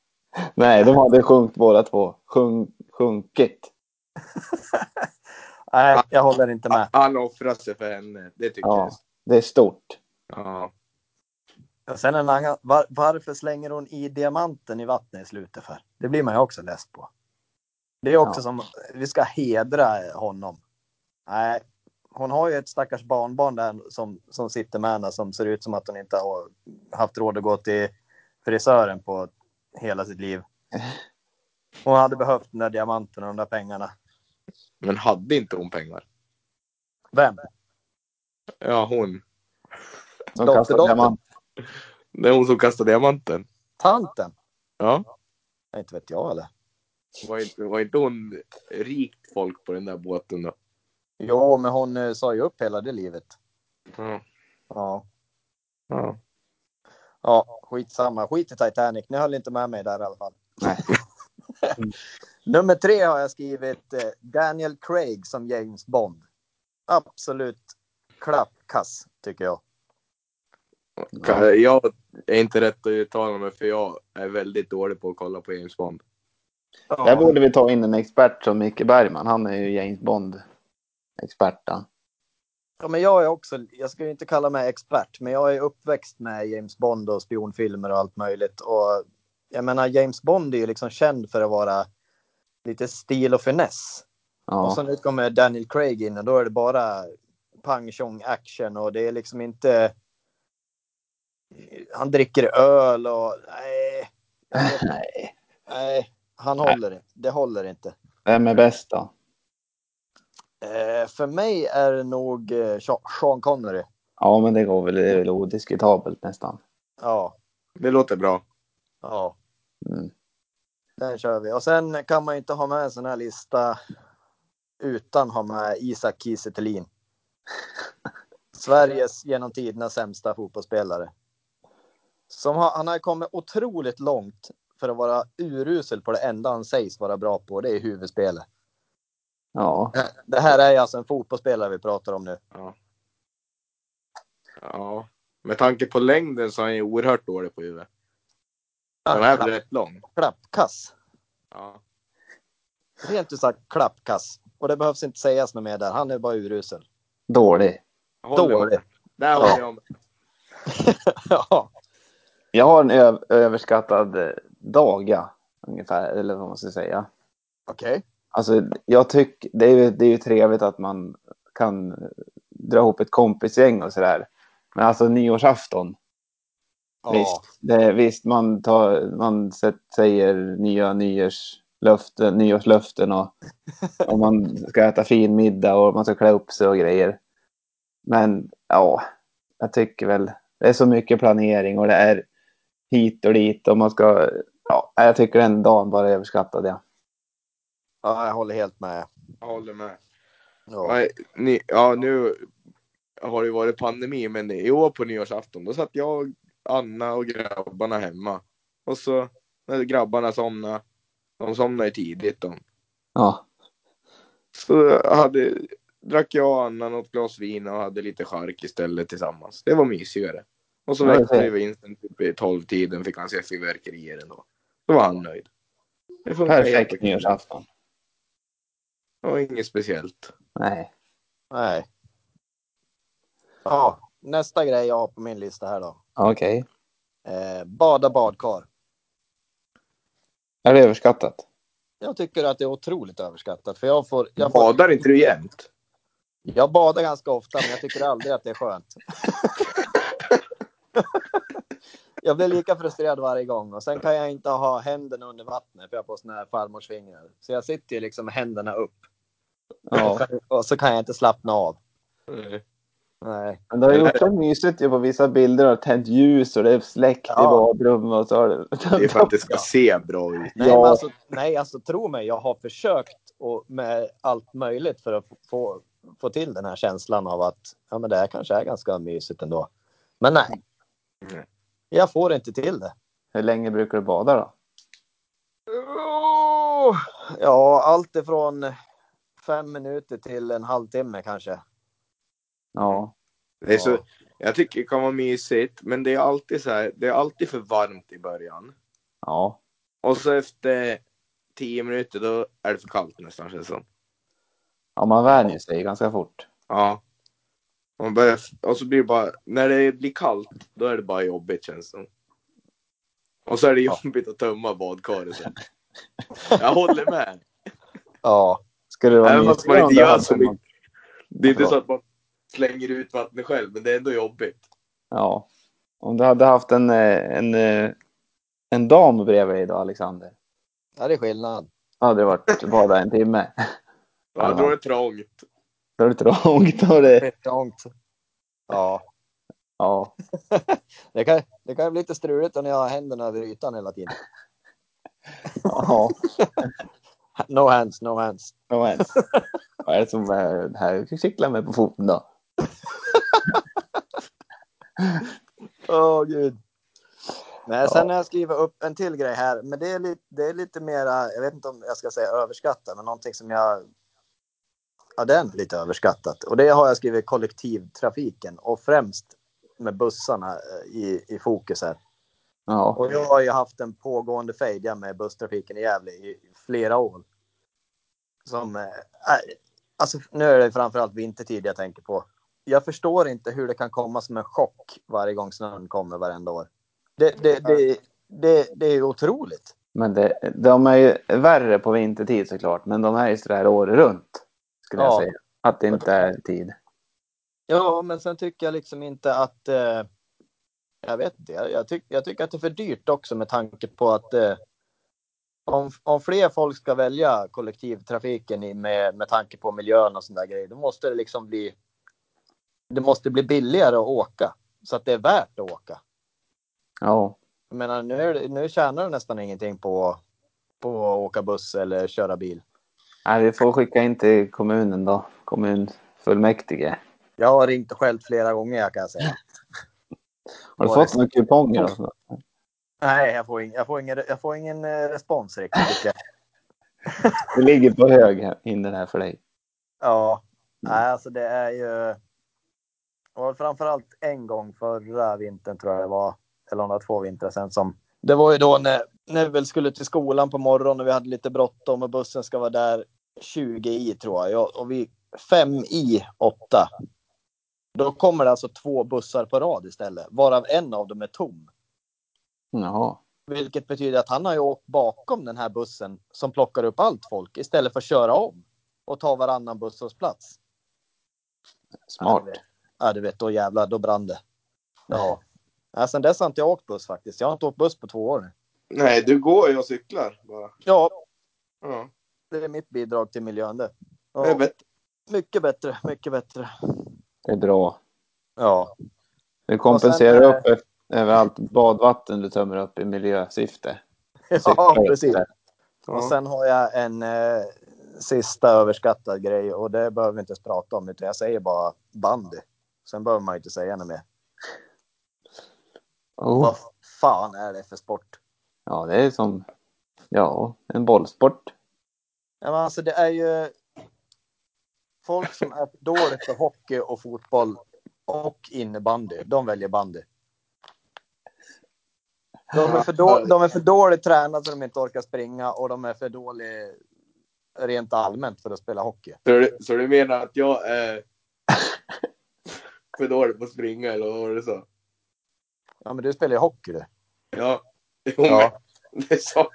Nej, de hade sjunkit båda två. Sjunk, sjunkit. Nej, jag håller inte med. Han offrar sig för henne. Det tycker Ja, jag. det är stort. Ja. Och sen en annan, var, varför slänger hon i diamanten i vattnet i slutet för? Det blir man ju också läst på. Det är också Ja. som, vi ska hedra honom. Nej, hon har ju ett stackars barnbarn där som, som sitter med henne som ser ut som att hon inte har haft råd att gå till frisören på hela sitt liv. Hon hade behövt den där diamanten och de där pengarna. Men hade inte hon pengar? Vem? Ja, hon. De Dotter, kastar dotter. diamant. Det är hon som kastade diamanten. Tanten? Ja. Nej, inte vet jag eller. Var inte, var inte hon rikt folk på den där båten då? Jo, men hon eh, sa ju upp hela det livet. Ja. Ja. Ja. Ja, skitsamma. Skit i Titanic. Ni höll inte med mig där i alla fall. Nej. Nummer tre har jag skrivit eh, Daniel Craig som James Bond. Absolut klappkass, tycker jag. Ja. Jag är inte rätt att uttala mig för jag är väldigt dålig på att kolla på James Bond. Ja. Där borde vi ta in en expert som Micke Bergman. Han är ju James Bond-experten. Ja, men jag är också, jag ska ju inte kalla mig expert, men jag är uppväxt med James Bond och spionfilmer och allt möjligt. Och jag menar, James Bond är ju liksom känd för att vara lite stil och finess. Ja. Och så nu kommer Daniel Craig in och då är det bara pang tjong action och det är liksom inte, han dricker öl och nej, jag vet inte. Nej. Nej, han håller det. Det håller inte. Vem är bäst då? Eh, för mig är det nog eh, Sean Connery. Ja, men det går väl, det är väl odiskutabelt nästan. Ja, Det låter bra. ja. Mm. Den kör vi. Och sen kan man inte ha med en sån här lista utan ha med Isak Kiese Thelin. Sveriges genom tiderna sämsta fotbollsspelare. Som har, han har kommit otroligt långt för att vara urusel på det enda han sägs vara bra på. Det är huvudspelet. Ja. Det här är alltså en fotbollsspelare vi pratar om nu. Ja. Ja. Med tanke på längden så är han ju oerhört dålig på huvudet. Han är väl rätt lång. Klappkass. Ja. Rent ut sagt klappkass. Och det behövs inte sägas något mer där. Han är bara urusel. Dålig. Dålig. Där håller jag med. Ja. Jag har en ö- överskattad eh, daga ungefär, eller vad man ska säga. Okej. Okay. Alltså, jag tycker det är ju, det är ju trevligt att man kan dra ihop ett kompisgäng och sådär. Men alltså nyårsafton. Ja. Visst, det, visst man, tar, man säger nya nyårslöften, nyårslöften och, och man ska äta fin middag och man ska klä upp sig och grejer. Men ja, jag tycker väl det är så mycket planering och det är hit och dit och man ska, ja, jag tycker den dagen bara är överskattad. Ja. Ja, jag håller helt med. Jag håller med. Ja. Nej, ni, ja, nu har det varit pandemi, men i år på nyårsafton då satt jag, Anna och grabbarna hemma. Och så när grabbarna somnade, de somnade tidigt då. Ja. Så hade, drack jag och Anna något glas vin och hade lite chark istället tillsammans. Det var mysigare. Och så Ja, det väckte ser. vi Vincent typ i tolv-tiden, fick han se fyrverkerier ändå. Då var han nöjd. Det funkar helt Perfekt okej. nyårsafton. Det var inget speciellt. Nej. Nej. Ja, nästa grej jag har på min lista här då. Okej. Eh, bada badkar. Är det överskattat? Jag tycker att det är otroligt överskattat. För jag får, jag får, Badar inte du jämt? jag badar ganska ofta, men jag tycker aldrig att det är skönt. Jag blir lika frustrerad varje gång. Och sen kan jag inte ha händerna under vattnet, för jag får såna här farmorsfingrar. Så jag sitter ju liksom med händerna upp. Ja. Och så kan jag inte slappna av. Mm. Nej. Men det har gjort så mysigt ju på vissa bilder och tänt ljus och det är släckt Ja. i badrummet och så har det. Det är för att det ska se bra ut. Nej, Ja. men alltså, nej, alltså tro mig, jag har försökt och med allt möjligt för att få, få till den här känslan av att ja, men det här kanske är ganska mysigt ändå. Men nej, Mm. jag får inte till det. Hur länge brukar du bada då? Oh, ja, allt ifrån fem minuter till en halvtimme kanske. Ja. Det är så, Ja. jag tycker det kan vara mysigt, men det är alltid så här, det är alltid för varmt i början. Ja. Och så efter tio minuter då är det för kallt nästan, känns det som. Ja, man vänjer sig ganska fort. Ja. Man börjar, och så blir det bara, när det blir kallt, då är det bara jobbigt känns det. Och så är det jobbigt att tömma badkaret sen. Jag håller med. Ja. Skulle det vara Även fast man inte gör så mycket. Det är inte så att man slänger ut vattnet själv, men det är ändå jobbigt. Ja. Om du hade haft en, en, en dam bredvid dig då, Alexander. Ja, det är skillnad. Ja, det varit bara en timme. Ja, då är det trångt. Då är det trångt. Då är det... Det är trångt. Ja. Ja. det, kan, det kan bli lite struligt om jag har händerna över ytan hela tiden. Ja. No hands, no hands. No hands. Vad är det som är här? Cyklar med på foten då? Åh, oh, gud. Men sen har jag skrivit upp en till grej här. Men det är lite, det är lite mera, jag vet inte om jag ska säga överskattat, men någonting som jag, ja, den är lite överskattat. Och det har jag skrivit kollektivtrafiken och främst med bussarna i, i fokus här. Ja. Och jag har ju haft en pågående fejda med busstrafiken i Gävle i flera år. Som, äh, alltså nu är det framförallt vintertid jag tänker på. Jag förstår inte hur det kan komma som en chock varje gång snön kommer varenda år. Det, det, det, det, det är otroligt. Men det, de är ju värre på vintertid såklart. Men de är ju sådär året runt. Skulle Ja. jag säga. Att det inte är tid. Ja, men sen tycker jag liksom inte att... Eh, jag vet inte. Jag, jag, tyck, jag tycker att det är för dyrt också med tanke på att... Eh, om, om fler folk ska välja kollektivtrafiken i, med, med tanke på miljön och sådana där grejer. Då måste det liksom bli... Det måste bli billigare att åka. Så att det är värt att åka. Ja. Jag menar, nu, är det, nu tjänar du nästan ingenting på, på att åka buss eller köra bil. Nej, vi får skicka in till kommunen då. Kommunfullmäktige. Jag har ringt själv flera gånger, jag kan säga. Har du fått några kuponger och så? Nej, jag får, ing, jag får ingen, jag får ingen respons riktigt. Det ligger på hög hinder här för dig. Ja, nej, alltså det är ju... Och framförallt en gång förra vintern tror jag det var. Eller om det var två vintrar sedan som... Det var ju då när, när vi väl skulle till skolan på morgonen och vi hade lite bråttom och bussen ska vara där tjugo i tror jag. Och vi fem i åtta. Då kommer det alltså två bussar på rad istället. Varav en av dem är tom. Jaha. Vilket betyder att han har ju åkt bakom den här bussen som plockar upp allt folk istället för att köra om och ta varannan bussens plats. Smart. Ja, du vet, ja, du vet då jävlar, då brann det. Ja. Ja, sen dess har inte jag åkt buss faktiskt. Jag har inte åkt buss på två år nu. Nej, du går ju och cyklar bara. Ja, Ja. det är mitt bidrag till miljön det. Ja. Det är bättre. Mycket bättre, mycket bättre. Det är bra. Ja. Du kompenserar sen, upp eh, över allt badvatten du tömmer upp i miljösyfte. Ja, precis. Ja. Och sen har jag en eh, sista överskattad grej och det behöver vi inte ens prata om utan jag säger bara bandy. Sen behöver man inte säga något mer. Oh. Vad fan är det för sport? Ja, det är som ja, en bollsport. Ja, men alltså det är ju folk som är dåligt för hockey och fotboll och innebandy. De väljer bandy. De är för, då, de är för dåligt tränade så de inte orkar springa och de är för dåliga rent allmänt för att spela hockey. Så du, så du menar att jag är för dålig på att springa eller vad var det så? Ja, men du spelar ju hockey du. Ja, jo, Ja. men det är så.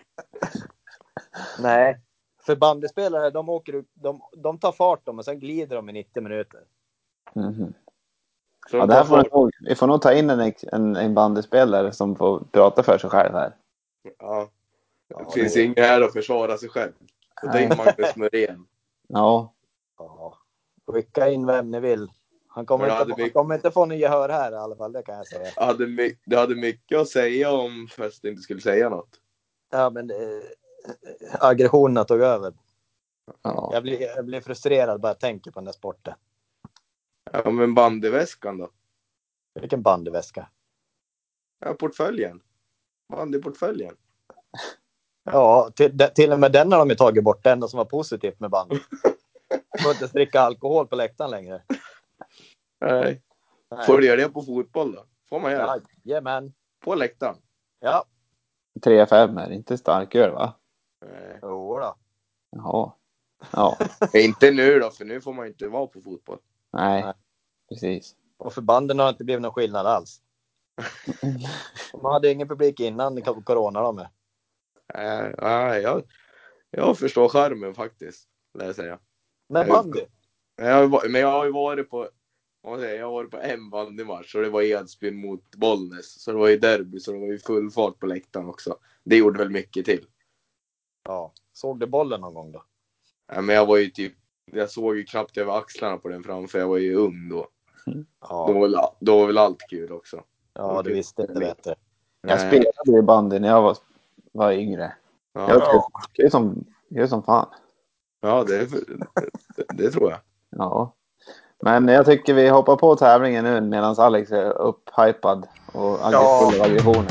Nej, för bandyspelare de åker de, de tar fart dem och sen glider de i nittio minuter. Mm-hmm. Så Ja, det här får nog, vi får nog ta in en, en, en bandyspelare som får prata för sig själv här. Ja, det Ja, finns det... ingen här att försvara sig själv. Och det är Magnus Mörén. Ja. Ja. Skicka in vem ni vill. Han kommer, inte, mycket... han kommer inte få någon gehör här i alla fall, det kan jag säga. Jag hade my... Du hade mycket att säga om fast du inte skulle säga något. Ja, men eh, aggressionerna tog över. Ja. Jag blir, jag blir frustrerad bara jag tänker på den där sporten. Ja, men bandyväskan då? Vilken bandyväska? Ja, portföljen. Bandyportföljen. Ja, till, till och med den har de ju tagit bort. Det enda som var positivt med bandy. Du får inte dricka alkohol på läktaren längre. Nej. Nej. Får du göra det på fotboll då? Får man göra Ja, det? jajamän. På läktaren? Ja. tre fem är inte starköl va? Nej. Jo då. Jaha. Ja, Inte nu då, för nu får man inte vara på fotboll. nej, Nej. precis. Och för banden har det inte blivit någon skillnad alls. De hade ingen publik innan corona de med. Nej, nej, jag, jag förstår charmen faktiskt, lär jag säga. Men bandy? Jag har, va- men jag har ju varit på, vad man säger, jag har varit på en bandymatch och det var Edsbyn mot Bollnäs. Så det var ju derby, så det var ju full fart på läktaren också. Det gjorde väl mycket till. Ja. Såg du bollen någon gång då? Ja, men jag var ju typ, jag såg ju knappt över axlarna på den framför, jag var ju ung då. Ja, Då var, väl- då var väl allt kul också. ja du visste inte bättre. Jag Nej. spelade i bandy när jag var, var yngre. Ja, Jag ja. det är som, det är som fan. ja det, det, det tror jag. Ja. Men jag tycker vi hoppar på tävlingen nu medan Alex är upphypad och Ja. full av aggressioner.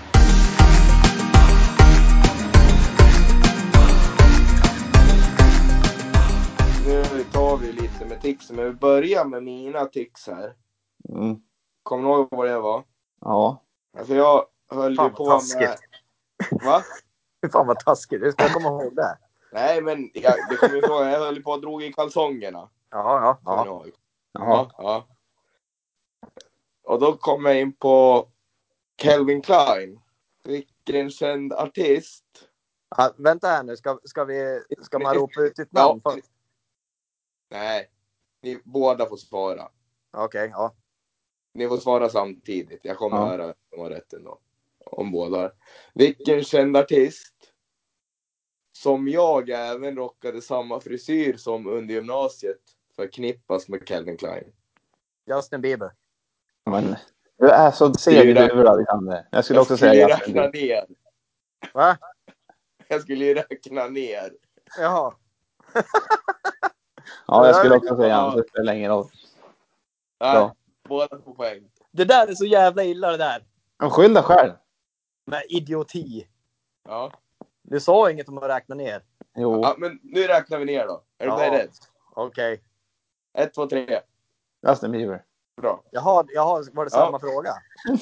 Nu tar vi lite med tics, men vi börjar med mina tics här. Mm. Kommer du ihåg vad det var? Ja. Alltså jag höll Fan ju vad på taskigt. med... Va? Fan vad taskigt. Hur ska jag komma ihåg det? Nej, men jag, det kommer ju fråga. Jag höll ju på att drog i kalsongerna. Ja, ja, Kommer ni ja. ihåg? Ja. Ja, ja. Och då kom jag in på Calvin Klein. Vilken känd artist. ja vänta här nu. Ska, ska, vi, ska man ropa ut ditt namn Ja. först? Nej, ni båda får svara. Okej, ja. Ni får svara samtidigt. Jag kommer Ja. höra om de har rätt ändå. Om båda. Vilken känd artist som jag även rockade samma frisyr som under gymnasiet förknippas med Calvin Klein? Justin Bieber. Men du är så seg i huvudet, Alexander. Jag skulle Jag också skulle säga ju Justin räkna Bieber. ner. Va? Jag skulle ju räkna ner. Jaha. Ja, jag skulle också Ja. säga hans. Det spelar ingen roll. Nej, Bra. båda får poäng. Det där är så jävla illa det där. Men skyll dig själv. Med idioti. Ja. Du sa inget om att räkna ner. Jo, Ja, men nu räknar vi ner då. Är du Ja. beredd? Okej. Ett, två, tre. Justin Bieber. Bra. Jaha, jaha, var det Ja. samma fråga?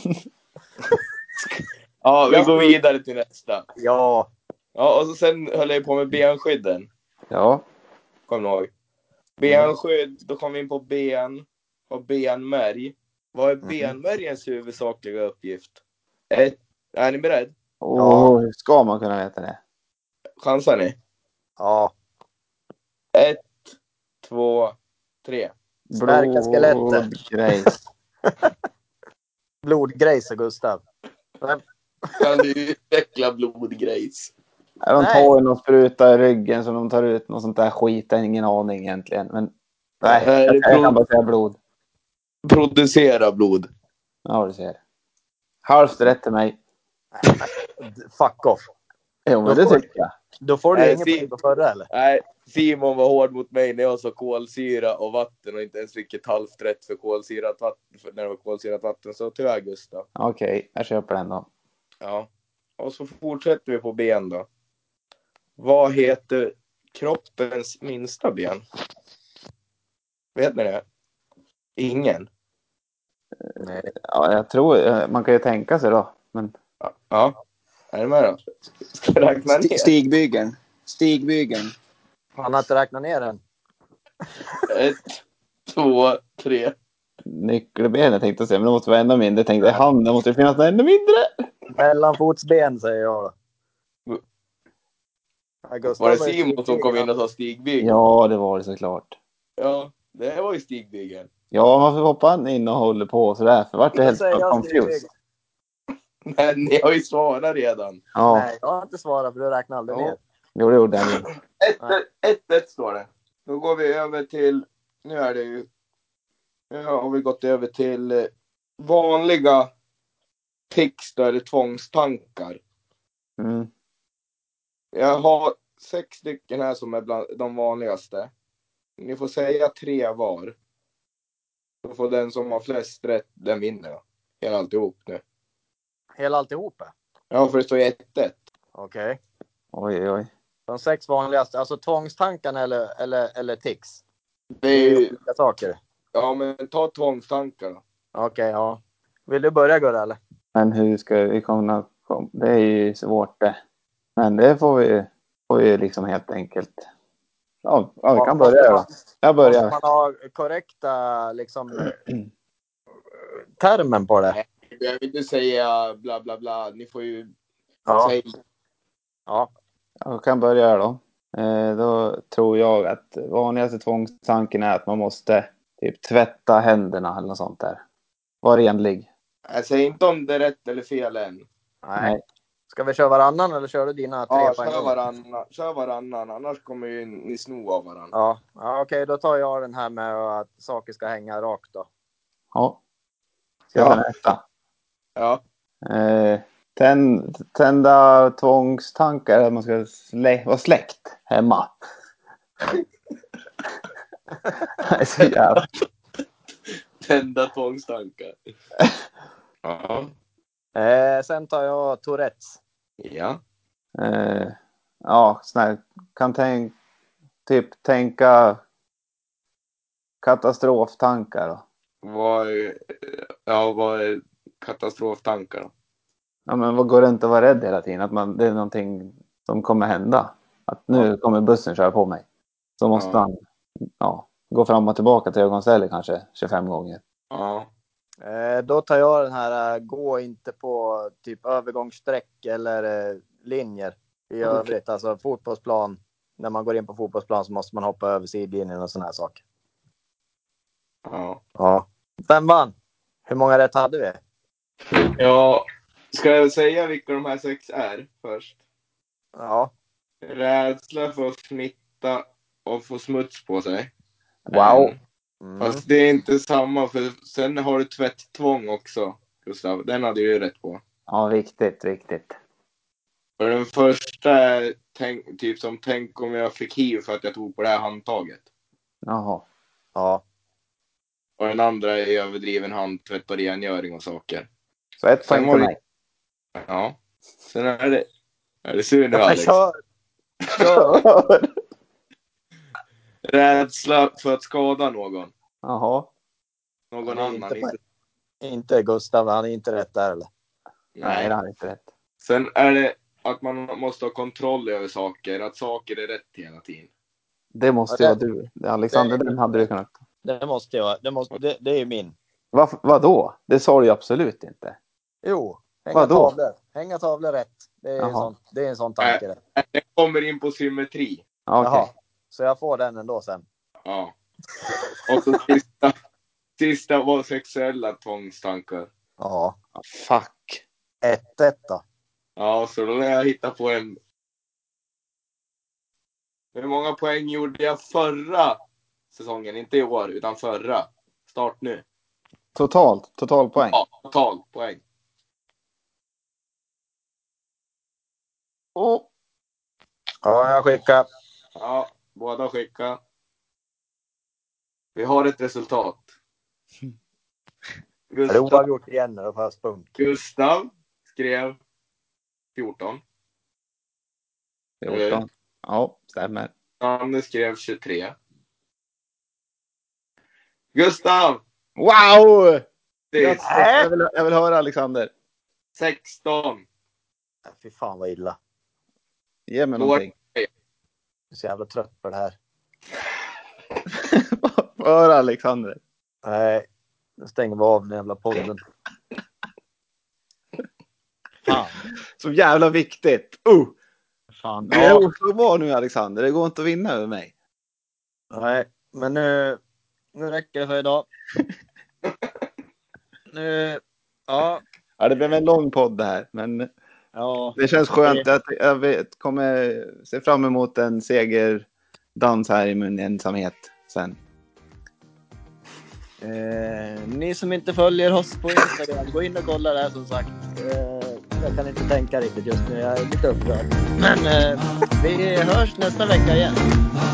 Ja, vi Jag går får- vidare till nästa. Ja. Ja, och så sen höll jag på med benskydden. Ja. Kom ihåg. Benskydd, då kom vi in på ben och benmärg. Vad är benmärgens huvudsakliga uppgift? Ett, är ni beredd? Och hur ska man kunna veta det? Chansar ni? Ja. Ett, två, tre. Stärka skelettet. Blodgrejs. Blodgrejs, Gustav. Men, Kan du utveckla blodgrejs? Är de Nej. tar någon spruta i ryggen som de tar ut något sånt där skit? Jag har ingen aning egentligen. Men nej, Nej, jag, det jag kan blod- bara säga blod. Producera blod. Ja, du ser. Halvt rätt till mig. fuck off. Jo, men det tycker jag. Då får du Nej, ingen si- poäng på förra, eller? Nej, Simon var hård mot mig när jag sa kolsyra och vatten och inte ens fick ett halvt rätt för kolsyrat vatten, för när det var kolsyrat vatten. Så tyvärr, Gustav. Okej, jag köper den då. Ja. Och så fortsätter vi på ben då. Vad heter kroppens minsta ben? Vet ni det? Ingen. Nej. Ja, jag tror, man kan ju tänka sig då. Men Ja. ja. Är ni med då? Ska jag räkna ner? Stigbygeln. Stigbygeln. Han har inte räknat ner den. Ett, två, tre. nyckelbenet tänkte jag säga, men det måste vara ännu mindre. Jag tänkte, handen måste finnas något ännu mindre. Mellanfotsben, säger jag då. Ja, Gustav Var det ju Simon som stigbygeln. kom in och sa stigbygeln? Ja, det var det såklart. Ja, det var ju stigbygeln. Ja, man får hoppa in och håller på sådär. För vart det Då helt säger jag confused. stigbygeln. Men ni har ju svarat redan. Ja, Nej, jag har inte svarat för du räknar aldrig Ja. ner. jo, det gjorde jag. Ett, ett, ett står det. Då går vi över till, nu är det ju, nu har vi gått över till eh, vanliga tics då, eller tvångstankar. Mm. Jag har sex stycken här som är bland de vanligaste. Ni får säga tre var. Då får den som har flest rätt, den vinner då. Hela alltihop nu. Hela alltihopa? Ja, för det står ju ett ett. Okej. Oj, oj. De sex vanligaste, alltså tvångstankarna eller, eller, eller tics? Det Det är är ju ju, olika saker. ja men ta tvångstankar då. Okej, ja. Vill du börja, Gurra, eller? Men hur ska vi kunna kom- det är ju svårt det. Men det får vi får vi liksom helt enkelt Ja, ja vi kan börja då. Jag börjar. Måste man ha korrekta liksom termen på det? Jag vill inte säga bla bla bla. Ni får ju Ja. säga. Ja. Jag kan börja då. Eh, då tror jag att vanligaste tvångstanken är att man måste typ tvätta händerna eller något sånt där. Var renlig. Jag säger inte om det är rätt eller fel än. Nej. Nej. Ska vi köra varannan eller kör du dina tre Ja, på en kör gång? varannan. Kör varannan. Annars kommer ju ni sno av varandra. Ja, ja okej, då tar jag den här med att saker ska hänga rakt då. Ja. Ska jag Ja. ta nästa? Ja. Eh, tänd, tända tvångstankar att man ska slä, vara släkt hemma. Det är så jävla... Tända tvångstankar. Ja. Eh, sen tar jag Tourettes. Ja. Eh, ja, sån här, kan tänk, typ tänka katastroftankar då. Vad är, ja, vad är katastroftankar då? Ja, men vad går det inte att vara rädd hela tiden? Att man, det är någonting som kommer hända. Att nu Ja. kommer bussen köra på mig. Så måste Ja. man ja, gå fram och tillbaka till ögonstället kanske tjugofem gånger. Ja. Eh, då tar jag den här, äh, gå inte på typ övergångssträck eller äh, linjer i övrigt. Alltså fotbollsplan. När man går in på fotbollsplan så måste man hoppa över sidlinjen och såna här saker. Ja. Ja. Vem vann? Hur många rätt hade vi? Ja. Ska jag säga vilka de här sex är först? Ja. Rädsla för att smitta och få smuts på sig. Wow. Mm. Mm. Fast det är inte samma, för sen har du tvätttvång också, Gustav. Den hade ju rätt på. Ja, viktigt, viktigt. För den första är tänk, typ som tänk om jag fick hiv för att jag tog på det här handtaget. Jaha. Ja. Och den andra är överdriven handtvätt och rengöring och saker. Så ett Sen poäng var för det- mig. Ja. Sen är det... Är det sur nu, Ja, Alex? kör. Kör. Rädsla för att skada någon. Jaha. Någon Det är annan. inte, Inte... inte Gustav, han är inte rätt där eller? Nej, det har inte rätt. Sen är det att man måste ha kontroll över saker. Att saker är rätt hela tiden. Det måste ju Ja, vara du. Alexander, det- den hade du kunnat. Det måste jag. Det, måste, det, det är ju min. Vad, vadå? Det sa du ju absolut inte. Jo, hänga Vadå? tavlor. Hänga tavlor rätt. Det är, en Jaha. sån, det är en sån tanke. det. Den kommer in på symmetri. Ja, okej. Jaha, så jag får den ändå sen. Ja. Och så sista, sista var sexuella tvångstankar. Ja. Fuck. ett ett då. Ja, så då lär jag hitta på en. Hur många poäng gjorde jag förra säsongen? Inte i år, utan förra. Start nu. Totalt, totalpoäng. Ja, total poäng. Oh. Ja, jag skickar. Ja, båda skicka. Vi har ett resultat. Är det Gustav, oavgjort igen då får jag spunk. Gustav skrev fjorton. fjorton. Ja, stämmer. Anders skrev tjugotre. Gustav! Wow! Det är Jag vill, jag vill höra Alexander. sexton. Nej, fy fan vad illa. Ge mig Vår- någonting. Jag är så jävla trött på det här. Få höra Alexander. Nej, nu stänger vi av den jävla podden. Fan. Så jävla viktigt. Uh. Fan. Du är Ja, oslagbar nu Alexander. Det går inte att vinna över mig. nej, men nu, nu räcker det för idag. Nu, ja, Ja, det blev en lång podd det här. Men ja. det känns skönt att jag vet, kommer se fram emot en segerdans här i min ensamhet sen. Eh, ni som inte följer oss på Instagram, gå in och kolla där som sagt. Eh, jag kan inte tänka riktigt just nu, jag är lite upprörd. Men eh, vi hörs nästa vecka igen.